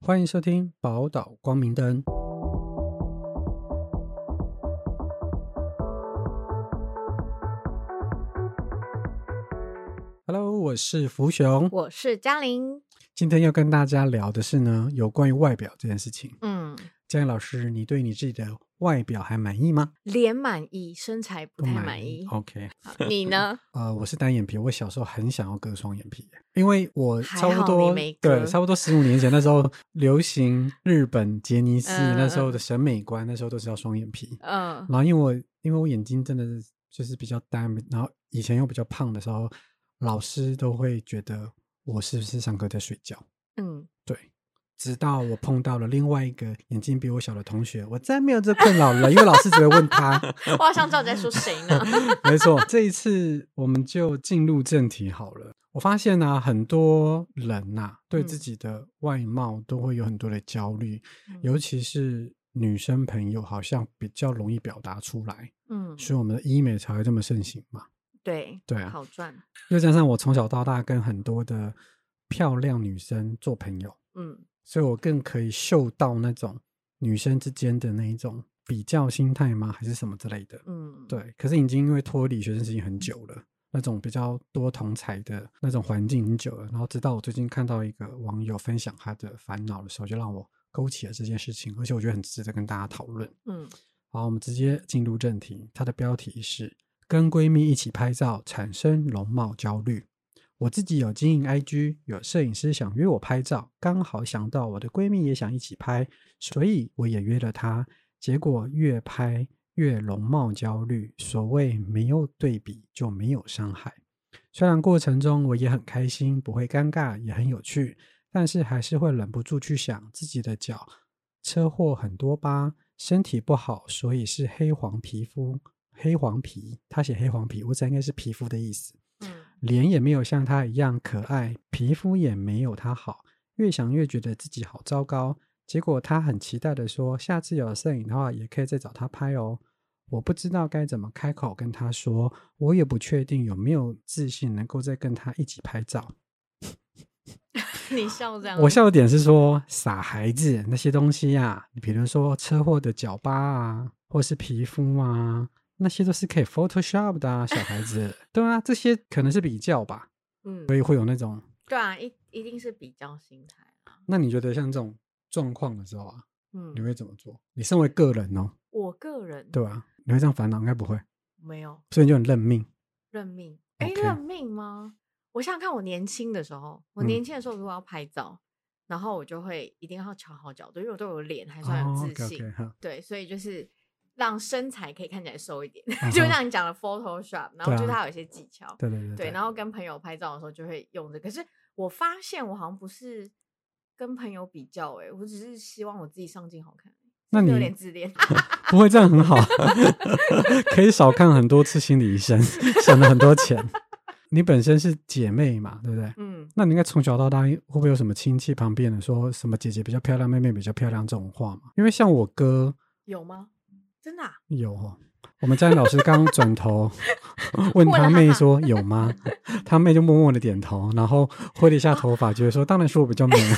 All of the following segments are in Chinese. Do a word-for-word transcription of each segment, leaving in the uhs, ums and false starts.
欢迎收听宝岛光明灯。Hello， 我是福雄， 我是嘉玲。 今天要跟大家聊的是呢，有关于外表这件事情。 嗯， 嘉玲老师，你对你自己的外表还满意吗？ 脸满意，身材不太满意。 OK， 你呢？ 呃，我是单眼皮，我小时候很想要割双眼皮，因为我差不还好多你没割对，差不多十五年前那时候流行日本杰尼斯、 嗯那时候的审美观，那时候都是要双眼皮。 嗯然后因为我因为我眼睛真的是就是比较单，然后以前又比较胖的时候，老师都会觉得我是不是上课在睡觉。 嗯， 对，直到我碰到了另外一个眼睛比我小的同学，我再没有这困扰了，因为老师只会问他。 我好像知道你在说谁呢。 没错，这一次我们就进入正题好了。我发现啊，很多人呐、啊，对自己的外貌都会有很多的焦虑， 嗯尤其是女生朋友好像比较容易表达出来， 嗯， 所以我们的医美才会这么盛行嘛。 对对啊， 好赚。 又加上我从小到大跟很多的漂亮女生做朋友， 嗯所以我更可以嗅到那种女生之间的那一种比较心态吗？还是什么之类的？ 嗯， 对，可是已经因为脱离学生时期很久了，那种比较多同才的那种环境已经久了，然后直到我最近看到一个网友分享他的烦恼的时候，就让我勾起了这件事情，而且我觉得很值得跟大家讨论。 嗯好，我们直接进入正题，它的标题是跟闺蜜一起拍照产生容貌焦虑。我自己有经营 I G， 有摄影师想约我拍照，刚好想到我的闺蜜也想一起拍，所以我也约了她。结果越拍越容貌焦虑，所谓没有对比就没有伤害。虽然过程中我也很开心，不会尴尬，也很有趣，但是还是会忍不住去想自己的脚车祸很多疤，身体不好，所以是黑黄皮肤，黑黄皮，他写黑黄皮，我猜应该是皮肤的意思。 嗯脸也没有像他一样可爱，皮肤也没有他好，越想越觉得自己好糟糕。结果他很期待的说，下次有摄影的话也可以再找他拍哦。我不知道该怎么开口跟他说，我也不确定有没有自信能够再跟他一起拍照。 你笑这样， 我笑的点是说，傻孩子那些东西啊，你比如说车祸的脚疤啊，或是皮肤啊，那些都是可以 Photoshop 的啊，小孩子。对啊，这些可能是比较吧， 嗯， 所以会有那种。 对啊，一一定是比较心态啊。 那你觉得像这种状况的时候啊， 嗯， 你会怎么做？你身为个人哦， 我个人对吧？你会这样烦恼？应该不会， 没有所以你就很认命。 认命。哎， OK 认命吗？我想想看，我年轻的时候，我嗯年轻的时候如果要拍照，然后我就会一定要调好角度，因为我对我的脸还算有哦自 ，OK 信。 OK 哈， 对，所以就是让身材可以看起来瘦一点， 嗯哼就像你讲的 Photoshop， 然后对啊就是它有一些技巧。 对对对对，然后跟朋友拍照的时候就会用这个。可是我发现我好像不是跟朋友比较、欸，我只是希望我自己上镜好看。 那你是不是有点自恋？ 不会这样很好，可以少看很多次心理医生，省了很多钱。你本身是姐妹嘛，对不对？ 嗯， 那你应该从小到大会不会有什么亲戚旁边的说什么姐姐比较漂亮，妹妹比较漂亮这种话嘛？因为像我哥有吗？真的、啊？ 有哦，我们嘉玲老师刚转头问他妹说有吗？他妹就默默的点头，然后挥了一下头发，觉得说当然是我比较美。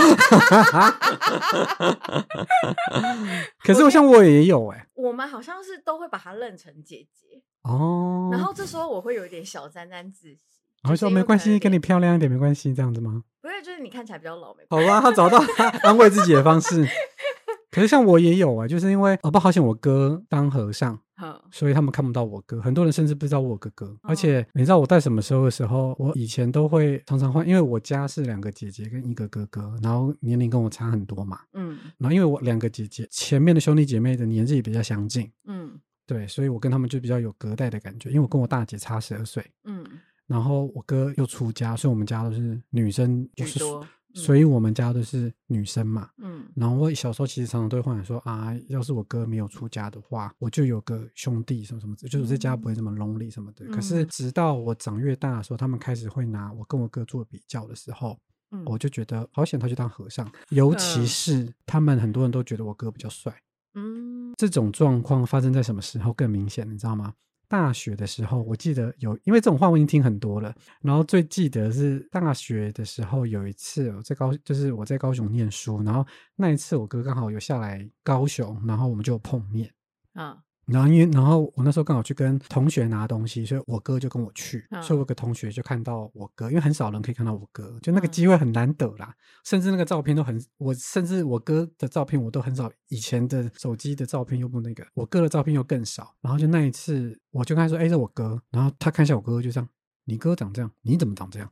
可是我像我也有哎、欸， 我们好像是都会把她认成姐姐。 哦， 然后这时候我会有一点小沾沾自喜， 然后说没关系，跟你漂， 漂亮一点没关系，这样子吗？ 不是，就是你看起来比较老，没好关系。 吧，他找到他安慰自己的方式。可是像我也有啊、欸，就是因为哦不好险我哥当和尚， 嗯所以他们看不到我哥，很多人甚至不知道我有哥哥。 哦而且你知道我在什么时候的时候，我以前都会常常换，因为我家是两个姐姐跟一个哥哥，然后年龄跟我差很多嘛。 嗯然后因为我两个姐姐前面的兄弟姐妹的年纪比较相近， 嗯对，所以我跟他们就比较有隔代的感觉，因为我跟我大姐差十二岁， 嗯， 然后我哥又出家，所以我们家都是女生，就是居多。 所以我们家都是女生嘛。 嗯然后我小时候其实常常都会幻想说啊，要是我哥没有出家的话，我就有个兄弟什么什么，就是我在家不会这么 lonely 什么的。 嗯可是直到我长越大的时候，他们开始会拿我跟我哥做比较的时候， 嗯， 我就觉得好险他去当和尚，尤其是他们很多人都觉得我哥比较帅。 嗯这种状况发生在什么时候更明显，你知道吗？ 大学的时候，我记得有，因为这种话我已经听很多了，然后最记得是大学的时候有一次我在高，就是我在高雄念书，然后那一次我哥刚好有下来高雄，然后我们就有碰面， 嗯然后因为然后我那时候刚好去跟同学拿东西，所以我哥就跟我去， 嗯所以我有个同学就看到我哥，因为很少人可以看到我哥，就那个嗯机会很难得啦，甚至那个照片都很，我甚至我哥的照片我都很少，以前的手机的照片又不那个，我哥的照片又更少，然后就那一次我就跟他说，哎，这我哥，然后他看一下我哥就这样，你哥长这样，你怎么长这样？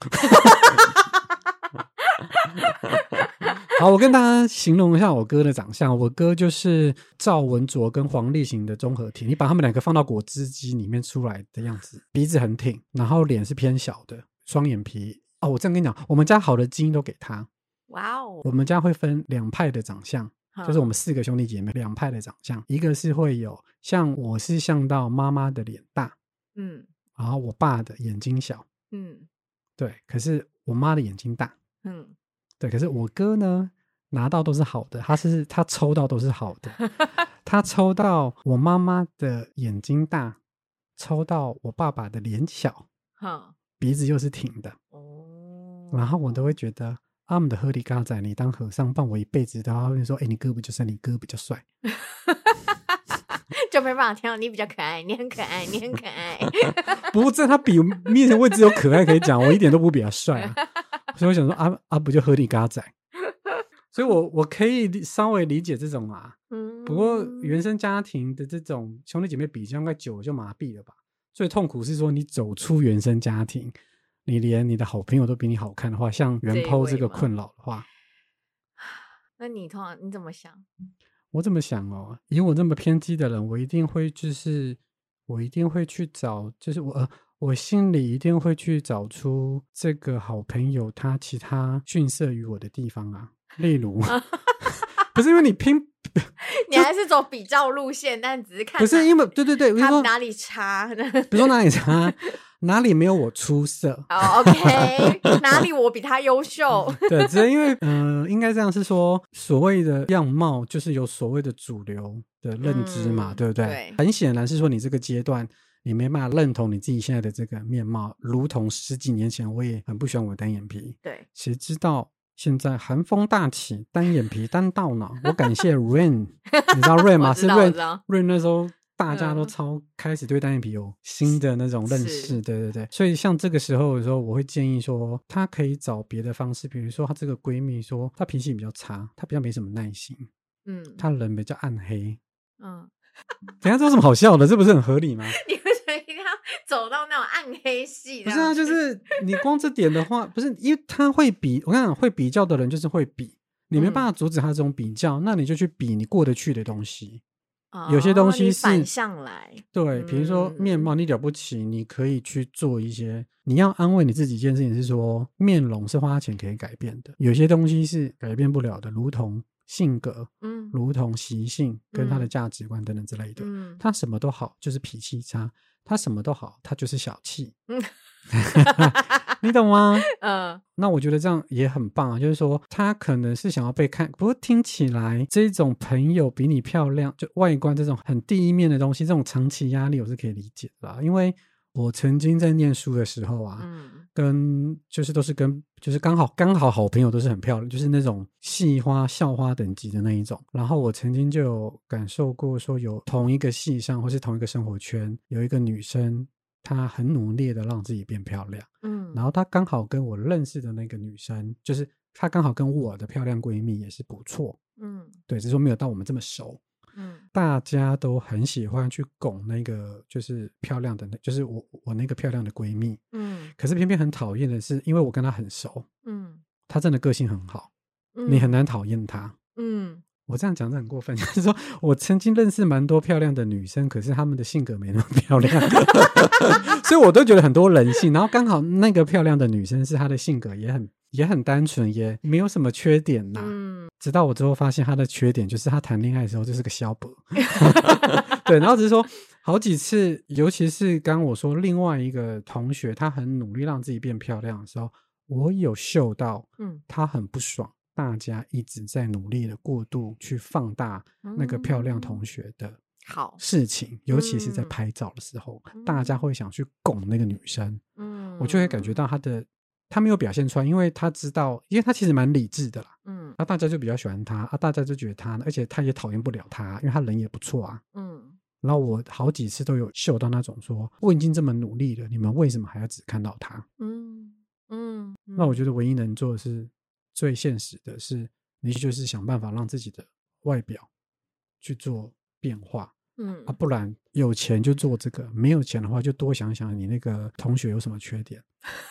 好，我跟大家形容一下我哥的长相。我哥就是赵文卓跟黄立行的综合体，你把他们两个放到果汁机里面出来的样子，鼻子很挺，然后脸是偏小的，双眼皮。哦，我这样跟你讲，我们家好的基因都给他。 哇哦， 我们家会分两派的长相， 嗯就是我们四个兄弟姐妹两派的长相，一个是会有像我是像到妈妈的脸大， 嗯然后我爸的眼睛小， 嗯对，可是我妈的眼睛大。 嗯， 对，可是我哥呢，拿到都是好的，他是他抽到都是好的，他抽到我妈妈的眼睛大，抽到我爸爸的脸小， 哼鼻子又是挺的， 哦， 然后我都会觉得阿姆的合理嘎仔，你当和尚伴我一辈子的话，会说，哎，你哥不就是你哥比较帅？ 就没办法听到你比较可爱，你很可爱，你很可爱。 不过在他比面前，我只有可爱可以讲，我一点都不比他帅啊。所以我想说，啊啊，不就合理嘎仔？所以我我可以稍微理解这种啊。 嗯， 不过原生家庭的这种兄弟姐妹比较，应该久了就麻痹了吧？最痛苦是说你走出原生家庭，你连你的好朋友都比你好看的话，像袁抛这个困扰的话， 那你通常你怎么想？ 我怎么想哦？以我这么偏激的人，我一定会就是我一定会去找，就是我呃，我心里一定会去找出这个好朋友他其他逊色于我的地方啊，例如不是因为你拼， 你还是走比较路线，但只是看不是因为对对对， 他哪里差， 比如说哪里差，哪里没有我出色。 哦、OK， 哪里我比他优秀？ 对，只是因为嗯、呃，应该这样是说，所谓的样貌就是有所谓的主流的认知嘛， 嗯、 对不对？ 对， 很显然是说你这个阶段你没办法认同你自己现在的这个面貌，如同十几年前我也很不喜欢我的单眼皮， 对， 谁知道现在寒风大起，单眼皮单到脑。我感谢 Rain， 你知道 Rain 吗？是 Rain Rain 那时候大家都超、嗯、开始对单眼皮有新的那种认识，对对对。所以像这个时候的时候，我会建议说，她可以找别的方式，比如说她这个闺蜜说她脾气比较差，她比较没什么耐心，嗯，她人比较暗黑，嗯。等一下这有什么好笑的？这不是很合理吗？ 你为什么一定要走到那种暗黑系？ 不是啊，就是你光这点的话，不是因为他会比，我跟你讲，会比较的人就是会比，你没办法阻止他这种比较，嗯、那你就去比你过得去的东西。哦、有些东西是反向来， 对，比如说面貌，你了不起，你可以去做一些。你要安慰你自己一件事情是说，面容是花钱可以改变的，有些东西是改变不了的，如同性格，嗯，如同习性跟他的价值观等等之类的，嗯，他什么都好，就是脾气差；他什么都好，他就是小气，嗯，你懂吗？嗯，那我觉得这样也很棒啊，就是说他可能是想要被看，不过听起来这种朋友比你漂亮，就外观这种很第一面的东西，这种长期压力我是可以理解的啦，因为我曾经在念书的时候啊，嗯，跟就是都是跟就是刚好刚好好朋友都是很漂亮，就是那种系花校花等级的那一种。然后我曾经就有感受过说，有同一个系上或是同一个生活圈有一个女生，她很努力的让自己变漂亮，嗯，然后她刚好跟我认识的那个女生，就是她刚好跟我的漂亮闺蜜也是不错，嗯，对，只是说没有到我们这么熟。嗯，大家都很喜欢去拱那个就是漂亮的，就是我我那个漂亮的闺蜜，嗯，可是偏偏很讨厌的是，因为我跟她很熟，嗯，她真的个性很好，嗯，你很难讨厌她，嗯，我这样讲是很过分，就是说我曾经认识蛮多漂亮的女生，可是她们的性格没那么漂亮，所以我都觉得很多人性，然后刚好那个漂亮的女生是她的性格也很也很单纯，也没有什么缺点呐、嗯。直到我之后发现她的缺点就是她谈恋爱的时候就是个萧伯，对，然后只是说好几次，尤其是刚我说另外一个同学，她很努力让自己变漂亮的时候，我有嗅到，嗯，她很不爽。大家一直在努力的过度去放大那个漂亮同学的好事情，尤其是在嗯拍照的时候，大家会想去拱那个女生， 嗯， 我就会感觉到她的她没有表现出来，因为她知道，因为她其实蛮理智的啦， 嗯啊，大家就比较喜欢她啊，大家就觉得她，而且她也讨厌不了她，因为她人也不错啊。 嗯然后我好几次都有嗅到那种说，我已经这么努力了，你们为什么还要只看到她？ 嗯嗯， 那我觉得得唯一能做的是最现实的是，你就是想办法让自己的外表去做变化。 嗯啊，不然有钱就做这个，没有钱的话就多想想你那个同学有什么缺点。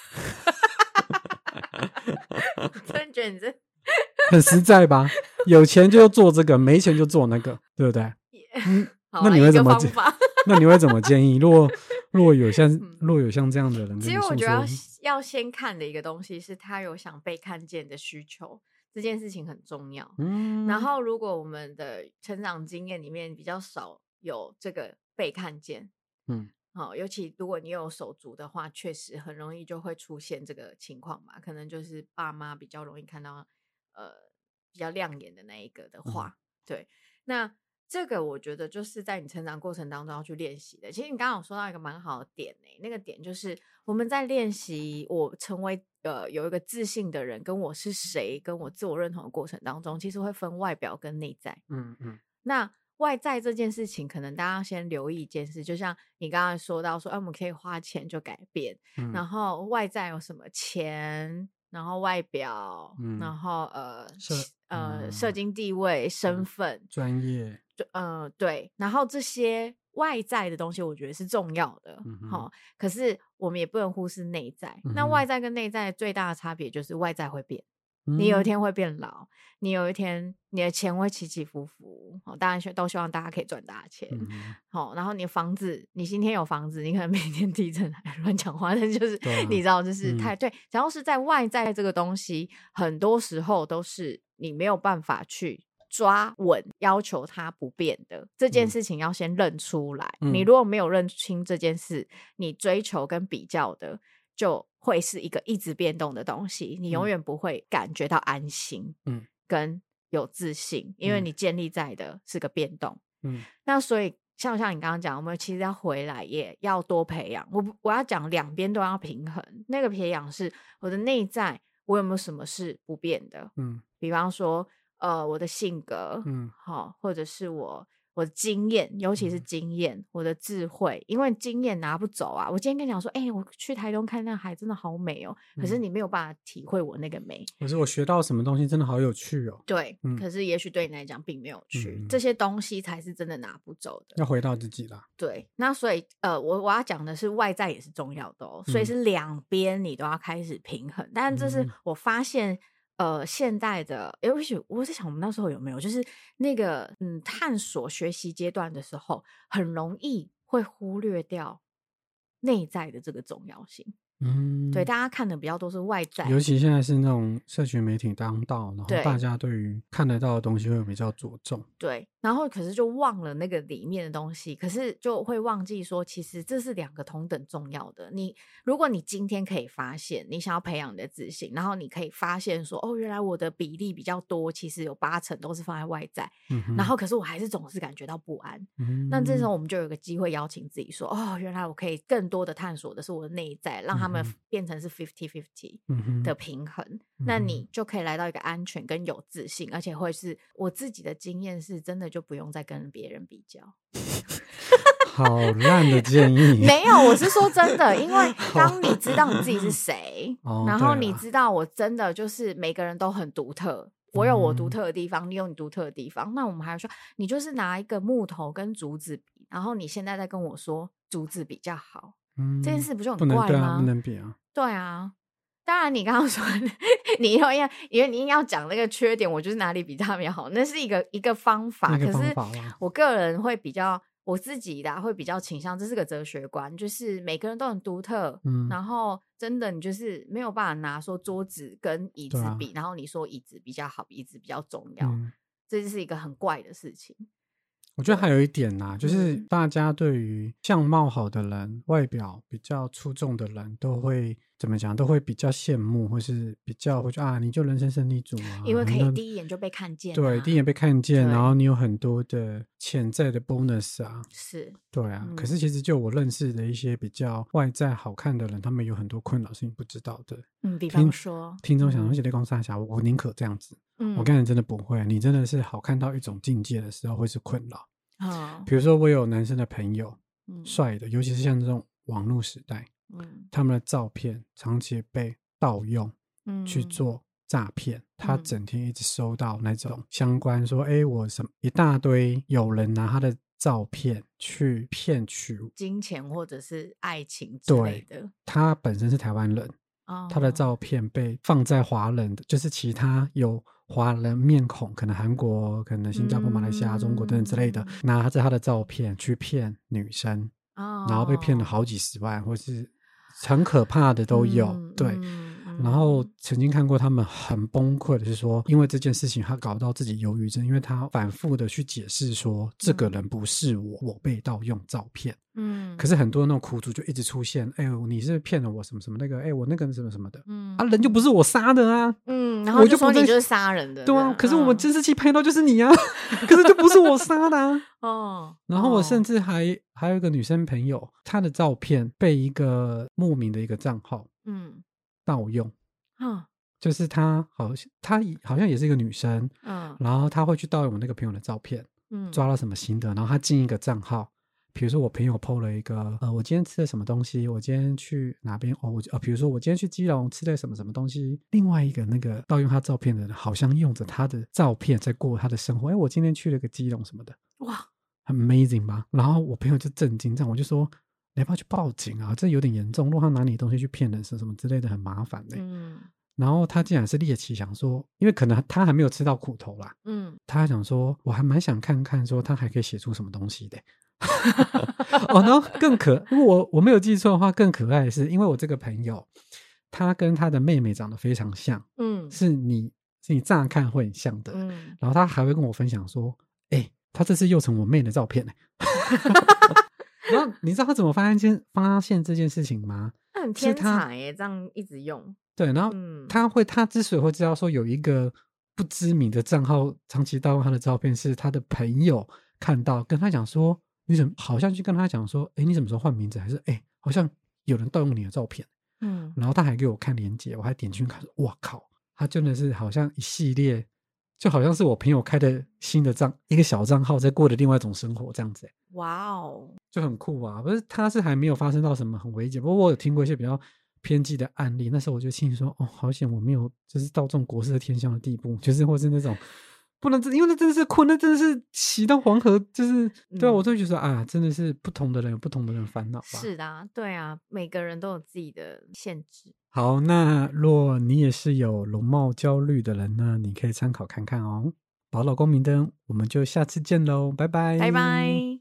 我真的觉得你这很实在吧？有钱就做这个，没钱就做那个，对不对？嗯，那好啦一个你会怎么建？ 方法那你会怎么建议？如果如果有像嗯如果有像这样的人跟其你诉实我觉得要说， 要先看的一个东西是他有想被看见的需求，这件事情很重要。 嗯， 然后，如果我们的成长经验里面比较少有这个被看见， 嗯好、尤其如果你有手足的话，确实很容易就会出现这个情况嘛。可能就是爸妈比较容易看到，呃，比较亮眼的那一个的话，对。那这个我觉得就是在你成长过程当中要去练习的。其实你刚刚有说到一个蛮好的点呢、那个点就是我们在练习我成为呃有一个自信的人，跟我是谁，跟我自我认同的过程当中，其实会分外表跟内在。 嗯嗯那外在这件事情，可能大家先留意一件事，就像你刚刚说到说，哎、我们可以花钱就改变， 嗯然后外在有什么钱，然后外表， 嗯然后呃社呃嗯社经地位、身份， 专业， 对，呃，对，然后这些外在的东西，我觉得是重要的， 嗯哼好、可是我们也不能忽视内在。 嗯哼那外在跟内在最大的差别就是外在会变，你有一嗯天会变老，你有一天你的钱会起起伏伏，哦，当然希都希望大家可以赚大钱， 嗯哼好、然后你的房子，你今天有房子，你可能明天地震，还乱讲话，但就是、 对啊你知道，就是嗯太、对，只要是在外在这个东西，很多时候都是你没有办法去抓稳，要求它不变的这件嗯事情，要先认出来。 嗯你如果没有认清这件事，你追求跟比较的，就会是一个一直变动的东西，你永嗯远不会感觉到安心， 嗯跟有自信，因为嗯你建立在的是个变动。 嗯那所以像像你刚刚讲，我们其实要回来也要多培养。我不我要讲两边都要平衡。那个培养是我的内在，我有没有什么是不变的？ 嗯比方说，呃，我的性格， 嗯好、或者是我我的经验，尤其是嗯经验，我的智慧，因为经验拿不走啊。我今天跟你讲说，哎、我去台东看那海真的好美哦，可是嗯你没有办法体会我那个美。 可是我学到什么东西真的好有趣哦， 对， 嗯可是也许对你来讲并没有趣， 嗯这些东西才是真的拿不走的。 要回到自己啦， 对，那所以呃，我我要讲的是外在也是重要的哦，所以嗯是两边你都要开始平衡。但这是嗯我发现，呃，现代的，也许我在想，我们那时候有没有，就是那个嗯，探索学习阶段的时候，很容易会忽略掉内在的这个重要性。 嗯， 对，大家看的比较多是外在， 尤其现在是那种社群媒体当道，然后对大家对于看得到的东西会比较着重。 对，然后可是就忘了那个里面的东西，可是就会忘记说，其实这是两个同等重要的。你如果你今天可以发现，你想要培养你的自信，然后你可以发现说，哦，原来我的比例比较多，其实有八成都是放在外在， 嗯哼， 然后可是我还是总是感觉到不安。 嗯那这时候我们就有个机会邀请自己说，哦，原来我可以更多的探索的是我的内在，让他们嗯哼变成是 fifty fifty 嗯哼的平衡。 嗯那你就可以来到一个安全跟有自信，而且会是我自己的经验是真的就不用再跟别人比较。 好烂的建议， 没有，我是说真的，因为当你知道你自己是谁， 哦然后你对啦知道我真的就是每个人都很独特。我有我独特的地方，你有你独特的地方。那我们还说，你就是拿一个木头跟竹子比，然后你现在在跟我说竹子比较好， 嗯这件事不就不很怪能对啊， 吗？ 不能比啊， 对啊，当然你刚刚说你要要，因为你硬要讲那个缺点，我就是哪里比他们好，那是一个一个方法。 那个方可是法啦我个人会比较我自己的、啊、会比较倾向，这是个哲学观，就是每个人都很独特， 嗯然后真的你就是没有办法拿说桌子跟椅子对啊比，然后你说椅子比较好，椅子比较重要， 嗯这就是一个很怪的事情。 我觉得还有一点呐、就是嗯大家对于相貌好的人、外表比较出众的人，都会怎么讲，都会比较羡慕，或是比较会说啊，你就人生胜利组啊， 因为可你都以第一眼就被看见、啊， 对，第一眼被看见， 对然后你有很多的潜在的 bonus 啊， 是， 对啊。 嗯可是其实就我认识的一些比较外在好看的人，他们有很多困扰是你不知道的。 嗯，比听方说， 听众想说嗯写在公司下，我我宁可这样子。 嗯我跟你真的不会，你真的是好看到一种境界的时候会是困扰。 好， 比如说我有男生的朋友， 嗯帅的，尤其是像这种网络时代， 嗯他们的照片长期被盗用嗯去做诈骗，他嗯整天一直收到那种相关说，哎，我什么一大堆有人拿他的照片去骗取， 金钱或者是爱情之类对， 的， 他本身是台湾人， 哦， 他的照片被放在华人的，就是其他有华人面孔，可能韩国、可能新加坡、马来西亚、中国等等之类的， 嗯拿着他的照片去骗女生， 哦， 然后被骗了好几十万，或是很可怕的都有。 嗯对， 嗯然后曾经看过他们很崩溃的是说，因为这件事情他搞到自己忧郁症，因为他反复的去解释说这个人不是我，我被盗用照片。 嗯， 可是很多那种苦主就一直出现，哎呦，你是骗了我什么什么那个，哎，我那个什么什么的， 嗯啊，人就不是我杀的啊， 嗯，然后我就不在就说你就是杀人的， 对啊，可是我们嗯监视器拍到就是你啊，可是就不是我杀的啊。 哦， 然后我甚至至还还有一个女生朋友，她的照片被一个莫名的一个账号嗯盗用， 嗯就是她好像她好像也是一个女生， 嗯然后她会去盗用我那个朋友的照片， 嗯抓到什么新的，然后她进一个账号。比如说我朋友 po 了一个，呃，我今天吃了什么东西，我今天去哪边，哦，我呃，比如说我今天去基隆吃了什么什么东西，另外一个那个盗用他照片的人，好像用着他的照片在过他的生活，哎，我今天去了个基隆什么的， 哇， 很 amazing 吧？然后我朋友就震惊，这样我就说，你要不要去报警啊？这有点严重，如果他拿你的东西去骗人是什么之类的，很麻烦的、 嗯然后他竟然是猎奇想说，因为可能他还没有吃到苦头啦， 嗯他还想说，我还蛮想看看说他还可以写出什么东西的。哦，然后更可，如果我我没有记错的话，更可爱的是，因为我这个朋友，他跟他的妹妹长得非常像， 嗯是你是你乍看会很像的。 嗯， 然后他还会跟我分享说，哎、他这次又成我妹的照片呢、然后你知道他怎么发现发现这件事情吗？ 那很天是他才耶，这样一直用， 对，然后嗯他会，他之所以会知道说有一个不知名的账号长期盗用他的照片，是他的朋友看到，跟他讲说，你怎么好像去跟他讲说，哎，你什么时候换名字？还是哎，好像有人盗用你的照片。 嗯然后他还给我看链接，我还点进去看，哇靠，他真的是好像一系列，就好像是我朋友开的新的账，一个小账号在过的另外一种生活这样子、欸， 哇哦， 就很酷啊。不是，他是还没有发生到什么很危险，不过我有听过一些比较偏激的案例，那时候我就心里说，哦，好险我没有就是到这种国色天香的地步，就是或是那种不能，因为那真的是困，那真的是洗到黄河，就是对啊， 嗯我都会觉得啊，真的是不同的人有不同的人烦恼吧。 是的啊，对啊，每个人都有自己的限制。 好，那若你也是有容貌焦虑的人呢，你可以参考看看哦。宝岛公民灯，我们就下次见喽，拜拜， 拜拜。